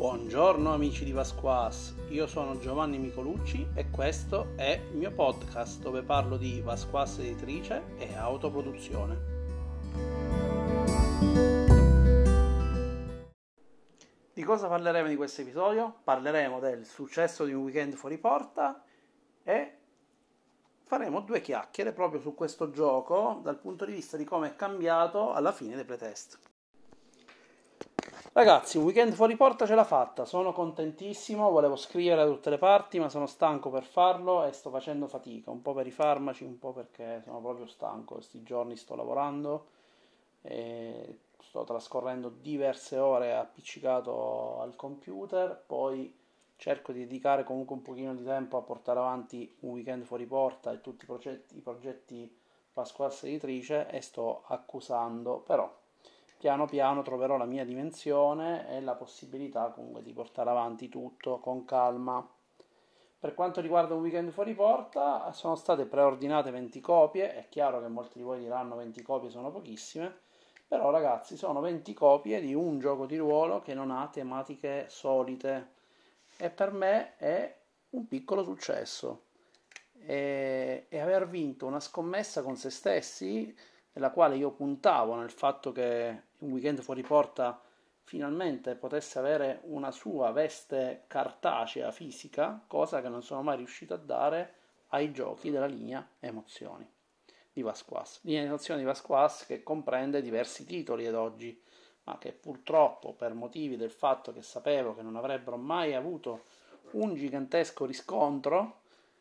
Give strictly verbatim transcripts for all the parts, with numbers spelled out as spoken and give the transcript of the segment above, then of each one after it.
Buongiorno amici di Vasquas, io sono Giovanni Micolucci e questo è il mio podcast dove parlo di Vasquas editrice e autoproduzione. Di cosa parleremo di questo episodio? Parleremo del successo di un weekend fuori porta e faremo due chiacchiere proprio su questo gioco dal punto di vista di come è cambiato alla fine dei playtest. Ragazzi, un weekend fuori porta ce l'ha fatta, sono contentissimo, volevo scrivere da tutte le parti ma sono stanco per farlo e sto facendo fatica, un po' per i farmaci, un po' perché sono proprio stanco, questi giorni sto lavorando e sto trascorrendo diverse ore appiccicato al computer, poi cerco di dedicare comunque un pochino di tempo a portare avanti un weekend fuori porta e tutti i progetti, i progetti Vasquas editrice e sto accusando, però piano piano troverò la mia dimensione e la possibilità comunque di portare avanti tutto con calma. Per quanto riguarda un weekend fuori porta, sono state preordinate venti copie, è chiaro che molti di voi diranno venti copie sono pochissime, però ragazzi sono venti copie di un gioco di ruolo che non ha tematiche solite e per me è un piccolo successo. E, e aver vinto una scommessa con se stessi, nella quale io puntavo nel fatto che un weekend fuori porta finalmente potesse avere una sua veste cartacea fisica, cosa che non sono mai riuscito a dare ai giochi della linea Emozioni di Vasquas. Linea Emozioni di Vasquas che comprende diversi titoli ad oggi, ma che purtroppo per motivi del fatto che sapevo che non avrebbero mai avuto un gigantesco riscontro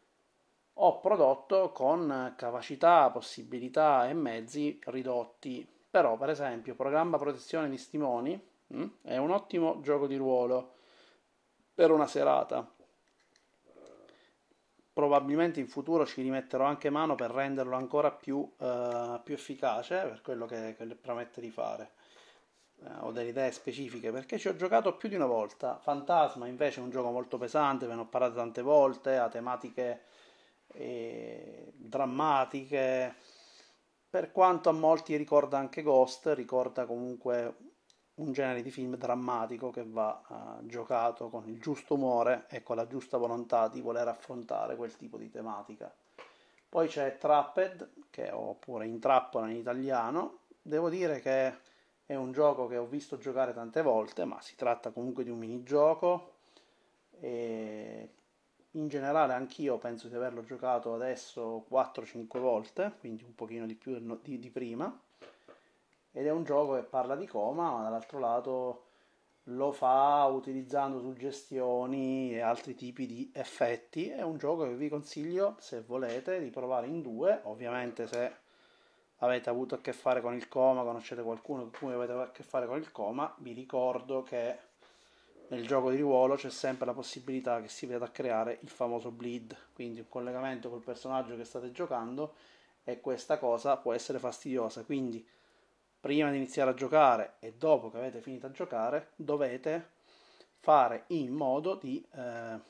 ho prodotto con capacità, possibilità e mezzi ridotti. Però, per esempio, programma protezione di stimoni mh, è un ottimo gioco di ruolo per una serata. Probabilmente in futuro ci rimetterò anche mano per renderlo ancora più, eh, più efficace per quello che, che promette di fare. Eh, ho delle idee specifiche perché ci ho giocato più di una volta. Fantasma invece è un gioco molto pesante, ve ne ho parlato tante volte, ha tematiche e drammatiche, per quanto a molti ricorda anche Ghost, ricorda comunque un genere di film drammatico che va uh, giocato con il giusto umore e con la giusta volontà di voler affrontare quel tipo di tematica. Poi c'è Trapped, che oppure In trappola in italiano. Devo dire che è un gioco che ho visto giocare tante volte, ma si tratta comunque di un minigioco e in generale anch'io penso di averlo giocato adesso quattro cinque volte, quindi un pochino di più di, di prima, ed è un gioco che parla di coma, ma dall'altro lato lo fa utilizzando suggestioni e altri tipi di effetti. È un gioco che vi consiglio, se volete, di provare in due. Ovviamente se avete avuto a che fare con il coma, conoscete qualcuno con cui avete a che fare con il coma, vi ricordo che nel gioco di ruolo c'è sempre la possibilità che si vada a creare il famoso bleed, quindi un collegamento col personaggio che state giocando, e questa cosa può essere fastidiosa. Quindi prima di iniziare a giocare e dopo che avete finito a giocare dovete fare in modo di, eh,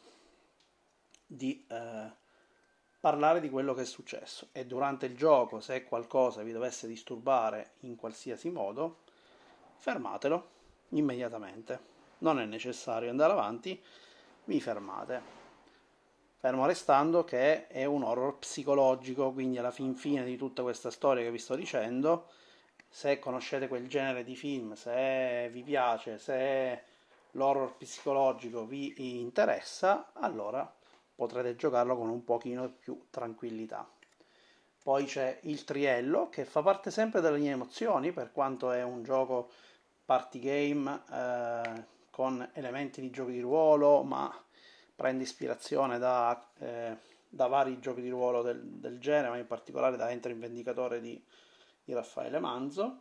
di eh, parlare di quello che è successo, e durante il gioco, se qualcosa vi dovesse disturbare in qualsiasi modo, fermatelo immediatamente. Non è necessario andare avanti, vi fermate. Fermo restando che è un horror psicologico, quindi alla fin fine di tutta questa storia che vi sto dicendo, se conoscete quel genere di film, se vi piace, se l'horror psicologico vi interessa, allora potrete giocarlo con un pochino più tranquillità. Poi c'è il Triello, che fa parte sempre delle mie emozioni, per quanto è un gioco party game eh, con elementi di giochi di ruolo, ma prende ispirazione da, eh, da vari giochi di ruolo del, del genere, ma in particolare da Enter il Vendicatore di, di Raffaele Manzo.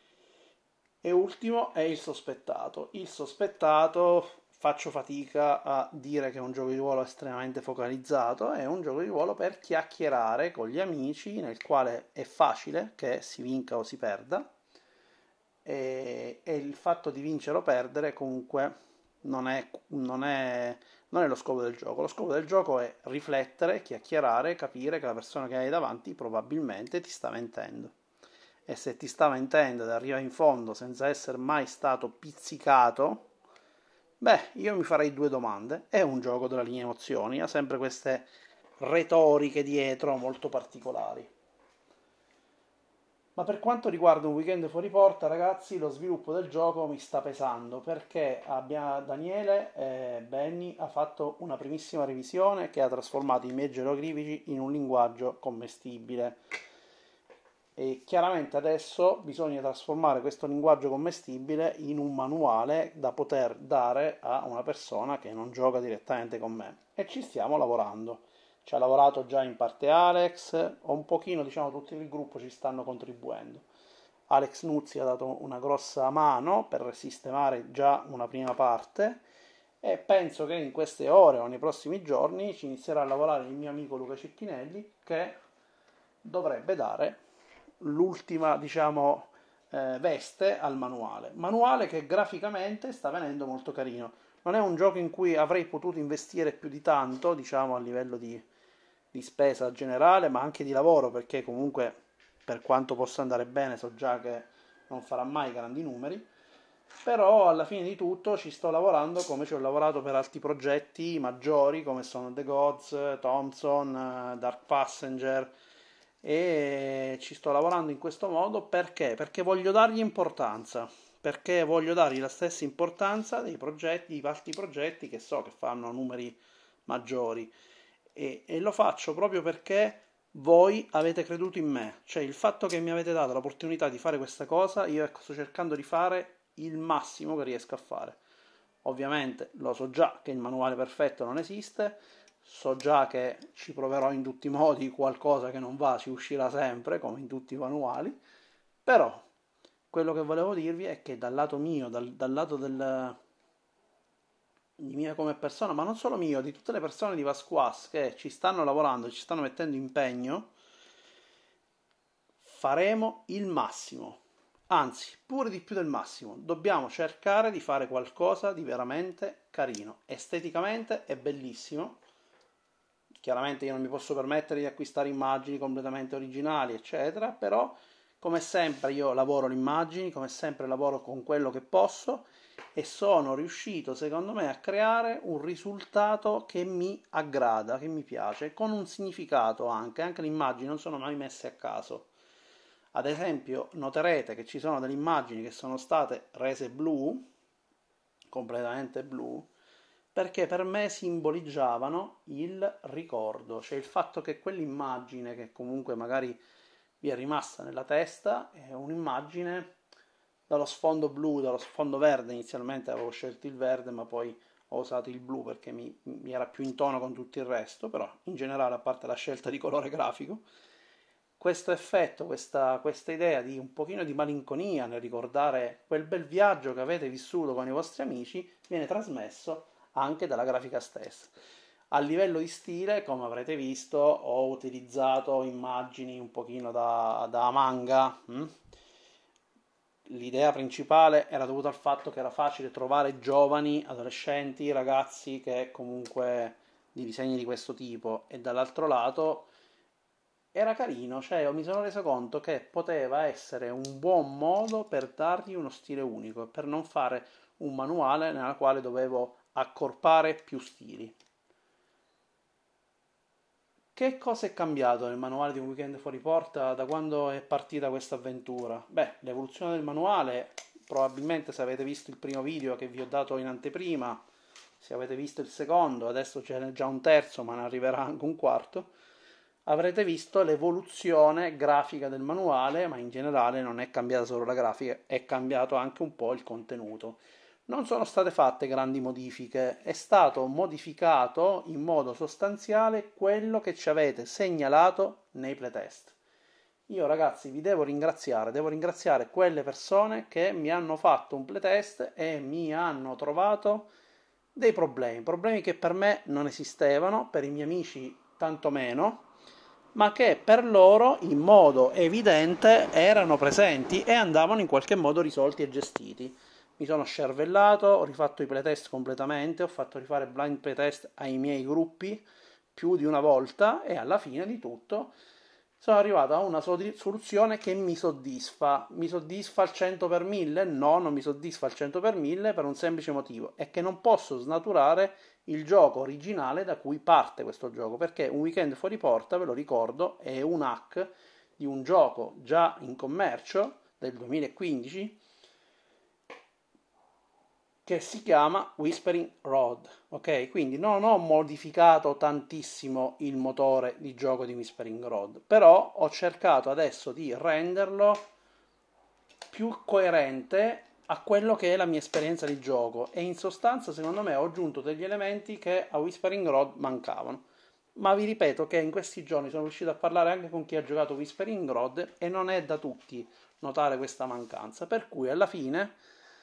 E ultimo è Il Sospettato. Il Sospettato, faccio fatica a dire che è un gioco di ruolo estremamente focalizzato, è un gioco di ruolo per chiacchierare con gli amici, nel quale è facile che si vinca o si perda, e, e il fatto di vincere o perdere comunque non è, non, è, non è lo scopo del gioco. Lo scopo del gioco è riflettere, chiacchierare, capire che la persona che hai davanti probabilmente ti sta mentendo, e se ti sta mentendo ed arriva in fondo senza essere mai stato pizzicato Beh, io mi farei due domande. È un gioco della linea emozioni, ha sempre queste retoriche dietro molto particolari. Ma per quanto riguarda un weekend fuori porta, ragazzi, lo sviluppo del gioco mi sta pesando perché abbia- Daniele e Benny ha fatto una primissima revisione che ha trasformato i miei geroglifici in un linguaggio commestibile. E chiaramente adesso bisogna trasformare questo linguaggio commestibile in un manuale da poter dare a una persona che non gioca direttamente con me. E ci stiamo lavorando. Ci ha lavorato già in parte Alex, o un pochino, diciamo, tutti il gruppo ci stanno contribuendo. Alex Nuzzi ha dato una grossa mano per sistemare già una prima parte e penso che in queste ore o nei prossimi giorni ci inizierà a lavorare il mio amico Luca Cettinelli che dovrebbe dare l'ultima, diciamo, eh, veste al manuale. Manuale che graficamente sta venendo molto carino. Non è un gioco in cui avrei potuto investire più di tanto, diciamo, a livello di, di spesa generale, ma anche di lavoro, perché comunque, per quanto possa andare bene, so già che non farà mai grandi numeri. Però alla fine di tutto ci sto lavorando come ci ho lavorato per altri progetti maggiori come sono The Gods, Thompson, Dark Passenger, e ci sto lavorando in questo modo perché? Perché voglio dargli importanza, perché voglio dargli la stessa importanza dei progetti, di altri progetti che so che fanno numeri maggiori e, e lo faccio proprio perché voi avete creduto in me, cioè il fatto che mi avete dato l'opportunità di fare questa cosa, io ecco, sto cercando di fare il massimo che riesco a fare. Ovviamente lo so già che il manuale perfetto non esiste, so già che ci proverò in tutti i modi, qualcosa che non va ci uscirà sempre, come in tutti i manuali, però quello che volevo dirvi è che dal lato mio, dal, dal lato del, di mia come persona, ma non solo mio, di tutte le persone di Vasquas che ci stanno lavorando, ci stanno mettendo impegno, faremo il massimo. Anzi, pure di più del massimo. Dobbiamo cercare di fare qualcosa di veramente carino. Esteticamente è bellissimo. Chiaramente io non mi posso permettere di acquistare immagini completamente originali, eccetera, però come sempre io lavoro le immagini, come sempre lavoro con quello che posso e sono riuscito, secondo me, a creare un risultato che mi aggrada, che mi piace, con un significato anche. Anche le immagini non sono mai messe a caso. Ad esempio, noterete che ci sono delle immagini che sono state rese blu, completamente blu, perché per me simboleggiavano il ricordo, cioè il fatto che quell'immagine che comunque magari vi è rimasta nella testa è un'immagine dallo sfondo blu, dallo sfondo verde. Inizialmente avevo scelto il verde, ma poi ho usato il blu perché mi, mi era più in tono con tutto il resto, però in generale, a parte la scelta di colore grafico, questo effetto, questa, questa idea di un pochino di malinconia nel ricordare quel bel viaggio che avete vissuto con i vostri amici viene trasmesso anche dalla grafica stessa. A livello di stile, come avrete visto, ho utilizzato immagini un pochino da, da manga. Hm? L'idea principale era dovuta al fatto che era facile trovare giovani, adolescenti, ragazzi che comunque di disegni di questo tipo, e dall'altro lato era carino, cioè mi sono reso conto che poteva essere un buon modo per dargli uno stile unico e per non fare un manuale nella quale dovevo accorpare più stili. Che cosa è cambiato nel manuale di un weekend fuori porta da quando è partita questa avventura? Beh, l'evoluzione del manuale, probabilmente se avete visto il primo video che vi ho dato in anteprima, se avete visto il secondo, adesso ce n'è già un terzo ma ne arriverà anche un quarto, avrete visto l'evoluzione grafica del manuale, ma in generale non è cambiata solo la grafica, è cambiato anche un po' il contenuto. Non sono state fatte grandi modifiche, è stato modificato in modo sostanziale quello che ci avete segnalato nei playtest. Io ragazzi vi devo ringraziare, devo ringraziare quelle persone che mi hanno fatto un playtest e mi hanno trovato dei problemi, problemi che per me non esistevano, per i miei amici tanto meno, ma che per loro in modo evidente erano presenti e andavano in qualche modo risolti e gestiti. Mi sono scervellato, ho rifatto i playtest completamente, ho fatto rifare blind playtest ai miei gruppi più di una volta e alla fine di tutto sono arrivato a una soluzione che mi soddisfa. Mi soddisfa al cento per mille? No, non mi soddisfa al cento per mille per un semplice motivo, è che non posso snaturare il gioco originale da cui parte questo gioco, perché Un weekend fuori porta, ve lo ricordo, è un hack di un gioco già in commercio del duemilaquindici che si chiama Whispering Road, ok? Quindi non ho modificato tantissimo il motore di gioco di Whispering Road, però ho cercato adesso di renderlo più coerente a quello che è la mia esperienza di gioco, e in sostanza secondo me ho aggiunto degli elementi che a Whispering Road mancavano. Ma vi ripeto che in questi giorni sono riuscito a parlare anche con chi ha giocato Whispering Road e non è da tutti notare questa mancanza, per cui alla fine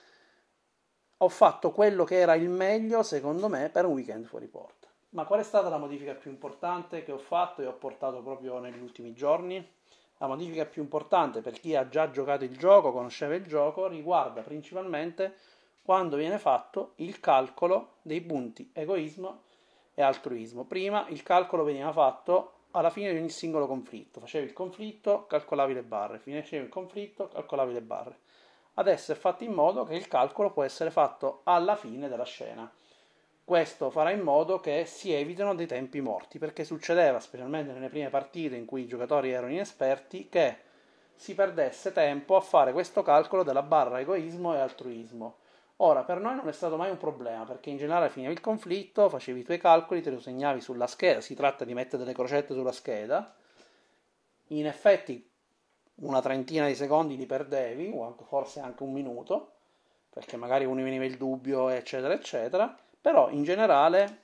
ho fatto quello che era il meglio secondo me per Un weekend fuori porta. Ma qual è stata la modifica più importante che ho fatto e ho portato proprio negli ultimi giorni? La modifica più importante per chi ha già giocato il gioco, conosceva il gioco, riguarda principalmente quando viene fatto il calcolo dei punti egoismo e altruismo. Prima il calcolo veniva fatto alla fine di ogni singolo conflitto. Facevi il conflitto, calcolavi le barre. Finiscevi il conflitto, calcolavi le barre. Adesso è fatto in modo che il calcolo può essere fatto alla fine della scena. Questo farà in modo che si evitino dei tempi morti, perché succedeva, specialmente nelle prime partite in cui i giocatori erano inesperti, che si perdesse tempo a fare questo calcolo della barra egoismo e altruismo. Ora, per noi non è stato mai un problema, perché in generale finivi il conflitto, facevi i tuoi calcoli, te lo segnavi sulla scheda, si tratta di mettere delle crocette sulla scheda, in effetti una trentina di secondi li perdevi, o anche, forse anche un minuto, perché magari uno veniva il dubbio, eccetera, eccetera, però in generale,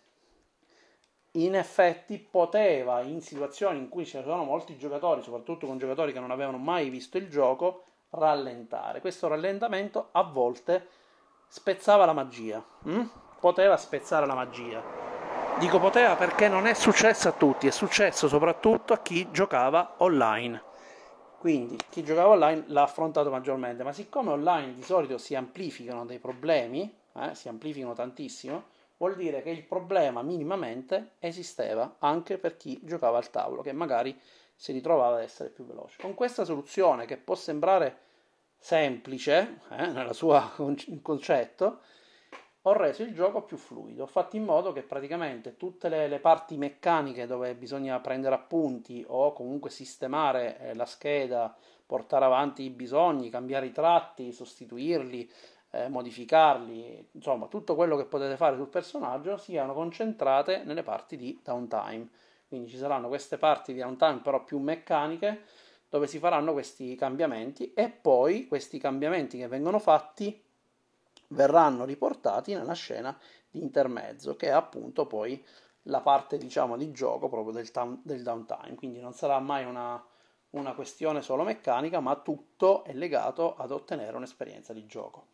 in effetti, poteva, in situazioni in cui ci sono molti giocatori, soprattutto con giocatori che non avevano mai visto il gioco, rallentare. Questo rallentamento a volte spezzava la magia, hm? Poteva spezzare la magia. Dico poteva perché non è successo a tutti, è successo soprattutto a chi giocava online. Quindi chi giocava online l'ha affrontato maggiormente, ma siccome online di solito si amplificano dei problemi, eh, si amplificano tantissimo, vuol dire che il problema minimamente esisteva anche per chi giocava al tavolo, che magari si ritrovava ad essere più veloce. Con questa soluzione, che può sembrare semplice eh, nella sua concetto, ho reso il gioco più fluido, ho fatto in modo che praticamente tutte le, le parti meccaniche dove bisogna prendere appunti o comunque sistemare eh, la scheda, portare avanti i bisogni, cambiare i tratti, sostituirli, eh, modificarli, insomma tutto quello che potete fare sul personaggio siano concentrate nelle parti di downtime. Quindi ci saranno queste parti di downtime però più meccaniche dove si faranno questi cambiamenti, e poi questi cambiamenti che vengono fatti verranno riportati nella scena di intermezzo, che è appunto poi la parte, diciamo, di gioco proprio del, tam- del downtime. Quindi non sarà mai una, una questione solo meccanica, ma tutto è legato ad ottenere un'esperienza di gioco.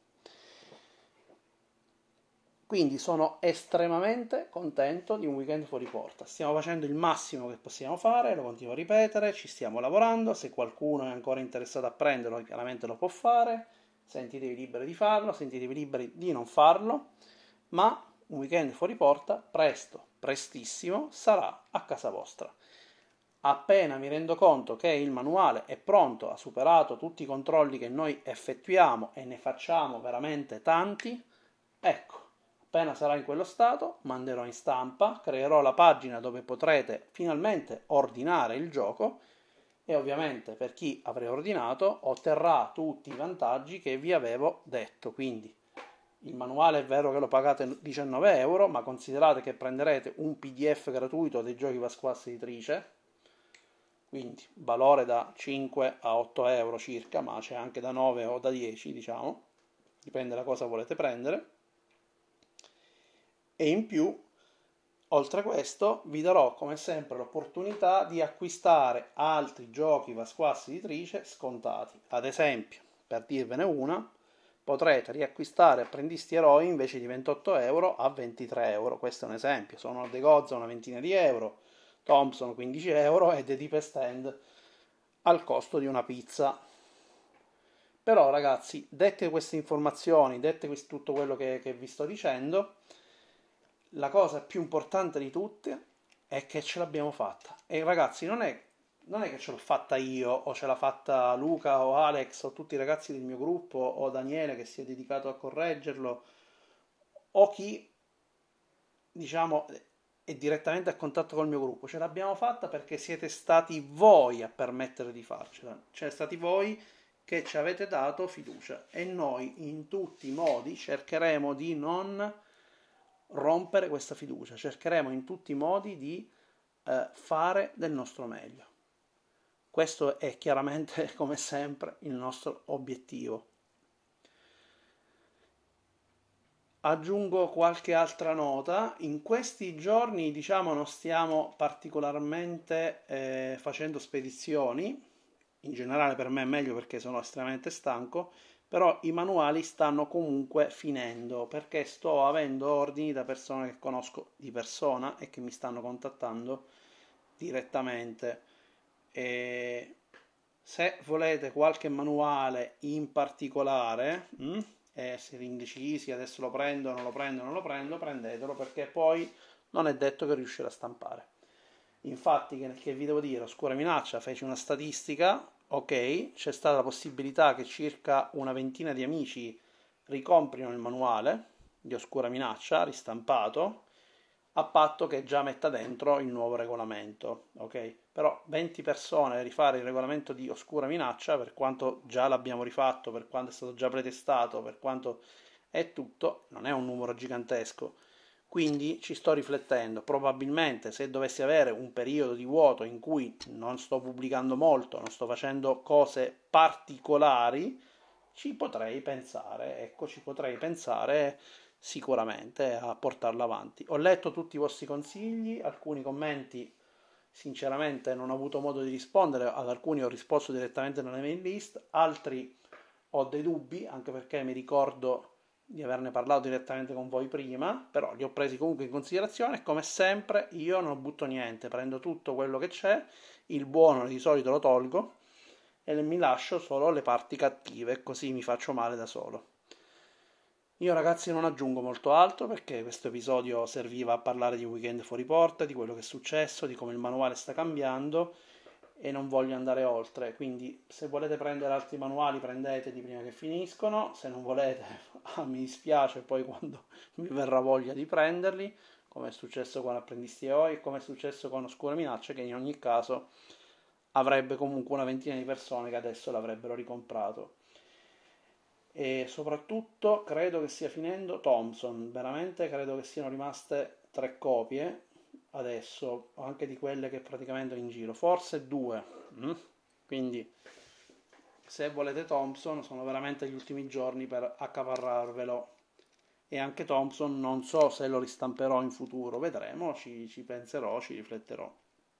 Quindi sono estremamente contento di Un weekend fuori porta. Stiamo facendo il massimo che possiamo fare, lo continuo a ripetere, ci stiamo lavorando. Se qualcuno è ancora interessato a prenderlo, chiaramente lo può fare. Sentitevi liberi di farlo, sentitevi liberi di non farlo, ma Un weekend fuori porta presto, prestissimo, sarà a casa vostra. Appena mi rendo conto che il manuale è pronto, ha superato tutti i controlli che noi effettuiamo, e ne facciamo veramente tanti, ecco, appena sarà in quello stato, manderò in stampa, creerò la pagina dove potrete finalmente ordinare il gioco, e ovviamente per chi avrà ordinato otterrà tutti i vantaggi che vi avevo detto. Quindi il manuale è vero che lo pagate diciannove euro, ma considerate che prenderete un P D F gratuito dei giochi Pasquassa Editrice, quindi valore da cinque a otto euro circa, ma c'è anche da nove o da dieci, diciamo, dipende da cosa volete prendere. E in più, oltre a questo, vi darò come sempre l'opportunità di acquistare altri giochi Pasquassa Editrice scontati. Ad esempio, per dirvene una, potrete riacquistare Apprendisti Eroi invece di ventotto euro a ventitré euro. Questo è un esempio. Sono The Gods una ventina di euro, Thompson quindici euro e The Deepest End al costo di una pizza. Però ragazzi, dette queste informazioni, dette tutto quello che, che vi sto dicendo, la cosa più importante di tutte è che ce l'abbiamo fatta. E ragazzi, non è non è che ce l'ho fatta io o ce l'ha fatta Luca o Alex o tutti i ragazzi del mio gruppo o Daniele che si è dedicato a correggerlo o chi, diciamo, è direttamente a contatto col mio gruppo. Ce l'abbiamo fatta perché siete stati voi a permettere di farcela. Siete stati voi che ci avete dato fiducia e noi in tutti i modi cercheremo di non rompere questa fiducia, cercheremo in tutti i modi di eh, fare del nostro meglio. Questo è chiaramente, come sempre, il nostro obiettivo. Aggiungo qualche altra nota. In questi giorni, diciamo, non stiamo particolarmente eh, facendo spedizioni. In generale per me è meglio perché sono estremamente stanco, però i manuali stanno comunque finendo perché sto avendo ordini da persone che conosco di persona e che mi stanno contattando direttamente. E se volete qualche manuale in particolare mh, e essere indecisi, adesso lo prendo, non lo prendo, non lo prendo, prendetelo perché poi non è detto che riuscirò a stampare. Infatti, che, che vi devo dire, Oscura Minaccia fece una statistica, ok, c'è stata la possibilità che circa una ventina di amici ricomprino il manuale di Oscura Minaccia ristampato, a patto che già metta dentro il nuovo regolamento, ok? Però venti persone rifare il regolamento di Oscura Minaccia, per quanto già l'abbiamo rifatto, per quanto è stato già pretestato, per quanto è tutto, non è un numero gigantesco. Quindi ci sto riflettendo, probabilmente se dovessi avere un periodo di vuoto in cui non sto pubblicando molto, non sto facendo cose particolari, ci potrei pensare, ecco, ci potrei pensare sicuramente a portarlo avanti. Ho letto tutti i vostri consigli, alcuni commenti sinceramente non ho avuto modo di rispondere, ad alcuni ho risposto direttamente nella mail list, altri ho dei dubbi, anche perché mi ricordo di averne parlato direttamente con voi prima, però li ho presi comunque in considerazione e come sempre io non butto niente, prendo tutto quello che c'è, il buono di solito lo tolgo e mi lascio solo le parti cattive, così mi faccio male da solo. Io ragazzi non aggiungo molto altro perché questo episodio serviva a parlare di Weekend fuori porta, di quello che è successo, di come il manuale sta cambiando e non voglio andare oltre, quindi se volete prendere altri manuali prendeteli prima che finiscono, se non volete ah, mi dispiace poi quando mi verrà voglia di prenderli, come è successo con Apprendisti E O e come è successo con Oscura Minaccia, che in ogni caso avrebbe comunque una ventina di persone che adesso l'avrebbero ricomprato. E soprattutto credo che stia finendo Thompson, veramente credo che siano rimaste tre copie adesso, anche di quelle che praticamente ho in giro, forse due, mm? Quindi se volete Thompson sono veramente gli ultimi giorni per accaparrarvelo. E anche Thompson non so se lo ristamperò in futuro, vedremo, ci, ci penserò, ci rifletterò.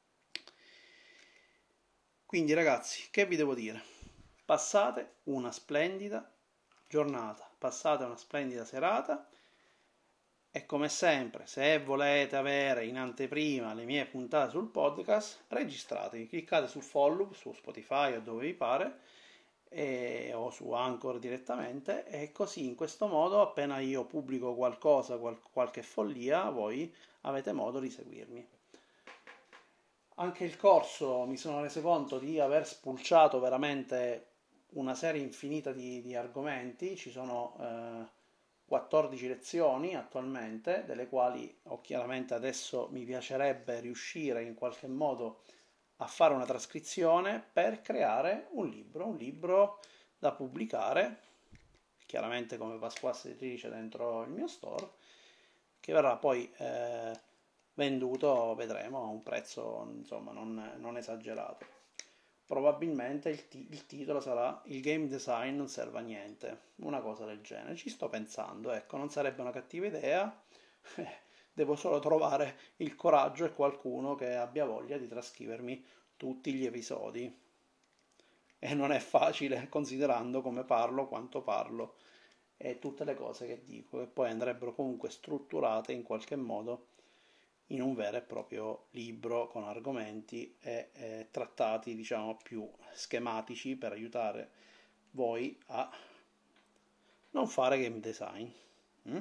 Quindi ragazzi, che vi devo dire? Passate una splendida giornata, passate una splendida serata e come sempre, se volete avere in anteprima le mie puntate sul podcast, registratevi, cliccate sul follow su Spotify o dove vi pare e, o su Anchor direttamente e così in questo modo appena io pubblico qualcosa, qual, qualche follia, voi avete modo di seguirmi. Anche il corso mi sono reso conto di aver spulciato veramente una serie infinita di, di argomenti, ci sono eh, quattordici lezioni attualmente, delle quali oh, chiaramente adesso mi piacerebbe riuscire in qualche modo a fare una trascrizione per creare un libro, un libro da pubblicare, chiaramente come Pasquassa Editrice dentro il mio store, che verrà poi eh, venduto, vedremo, a un prezzo insomma non, non esagerato. Probabilmente il, t- il titolo sarà Il game design non serve a niente, una cosa del genere. Ci sto pensando, ecco, non sarebbe una cattiva idea. Devo solo trovare il coraggio e qualcuno che abbia voglia di trascrivermi tutti gli episodi. E non è facile considerando come parlo, quanto parlo e tutte le cose che dico, che poi andrebbero comunque strutturate in qualche modo in un vero e proprio libro con argomenti e eh, trattati diciamo più schematici per aiutare voi a non fare game design. Mm?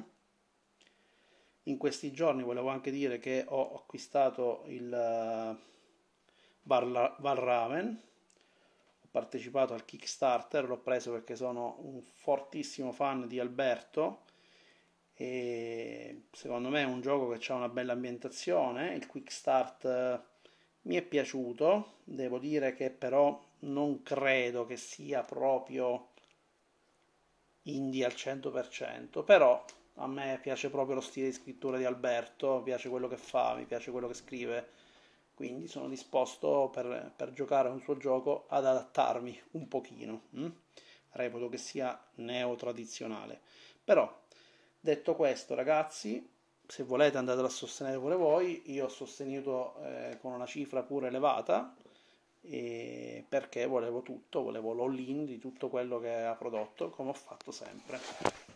In questi giorni volevo anche dire che ho acquistato il uh, Valraven. Ho partecipato al Kickstarter, l'ho preso perché sono un fortissimo fan di Alberto e secondo me è un gioco che ha una bella ambientazione. Il Quick Start eh, mi è piaciuto, devo dire che però non credo che sia proprio indie al cento per cento, però a me piace proprio lo stile di scrittura di Alberto, mi piace quello che fa, mi piace quello che scrive, quindi sono disposto per, per giocare a un suo gioco ad adattarmi un pochino. Hm? Reputo che sia neo-tradizionale. Però, detto questo, ragazzi, se volete andate a sostenere pure voi, io ho sostenuto eh, con una cifra pure elevata, e perché volevo tutto, volevo l'all-in di tutto quello che ha prodotto, come ho fatto sempre.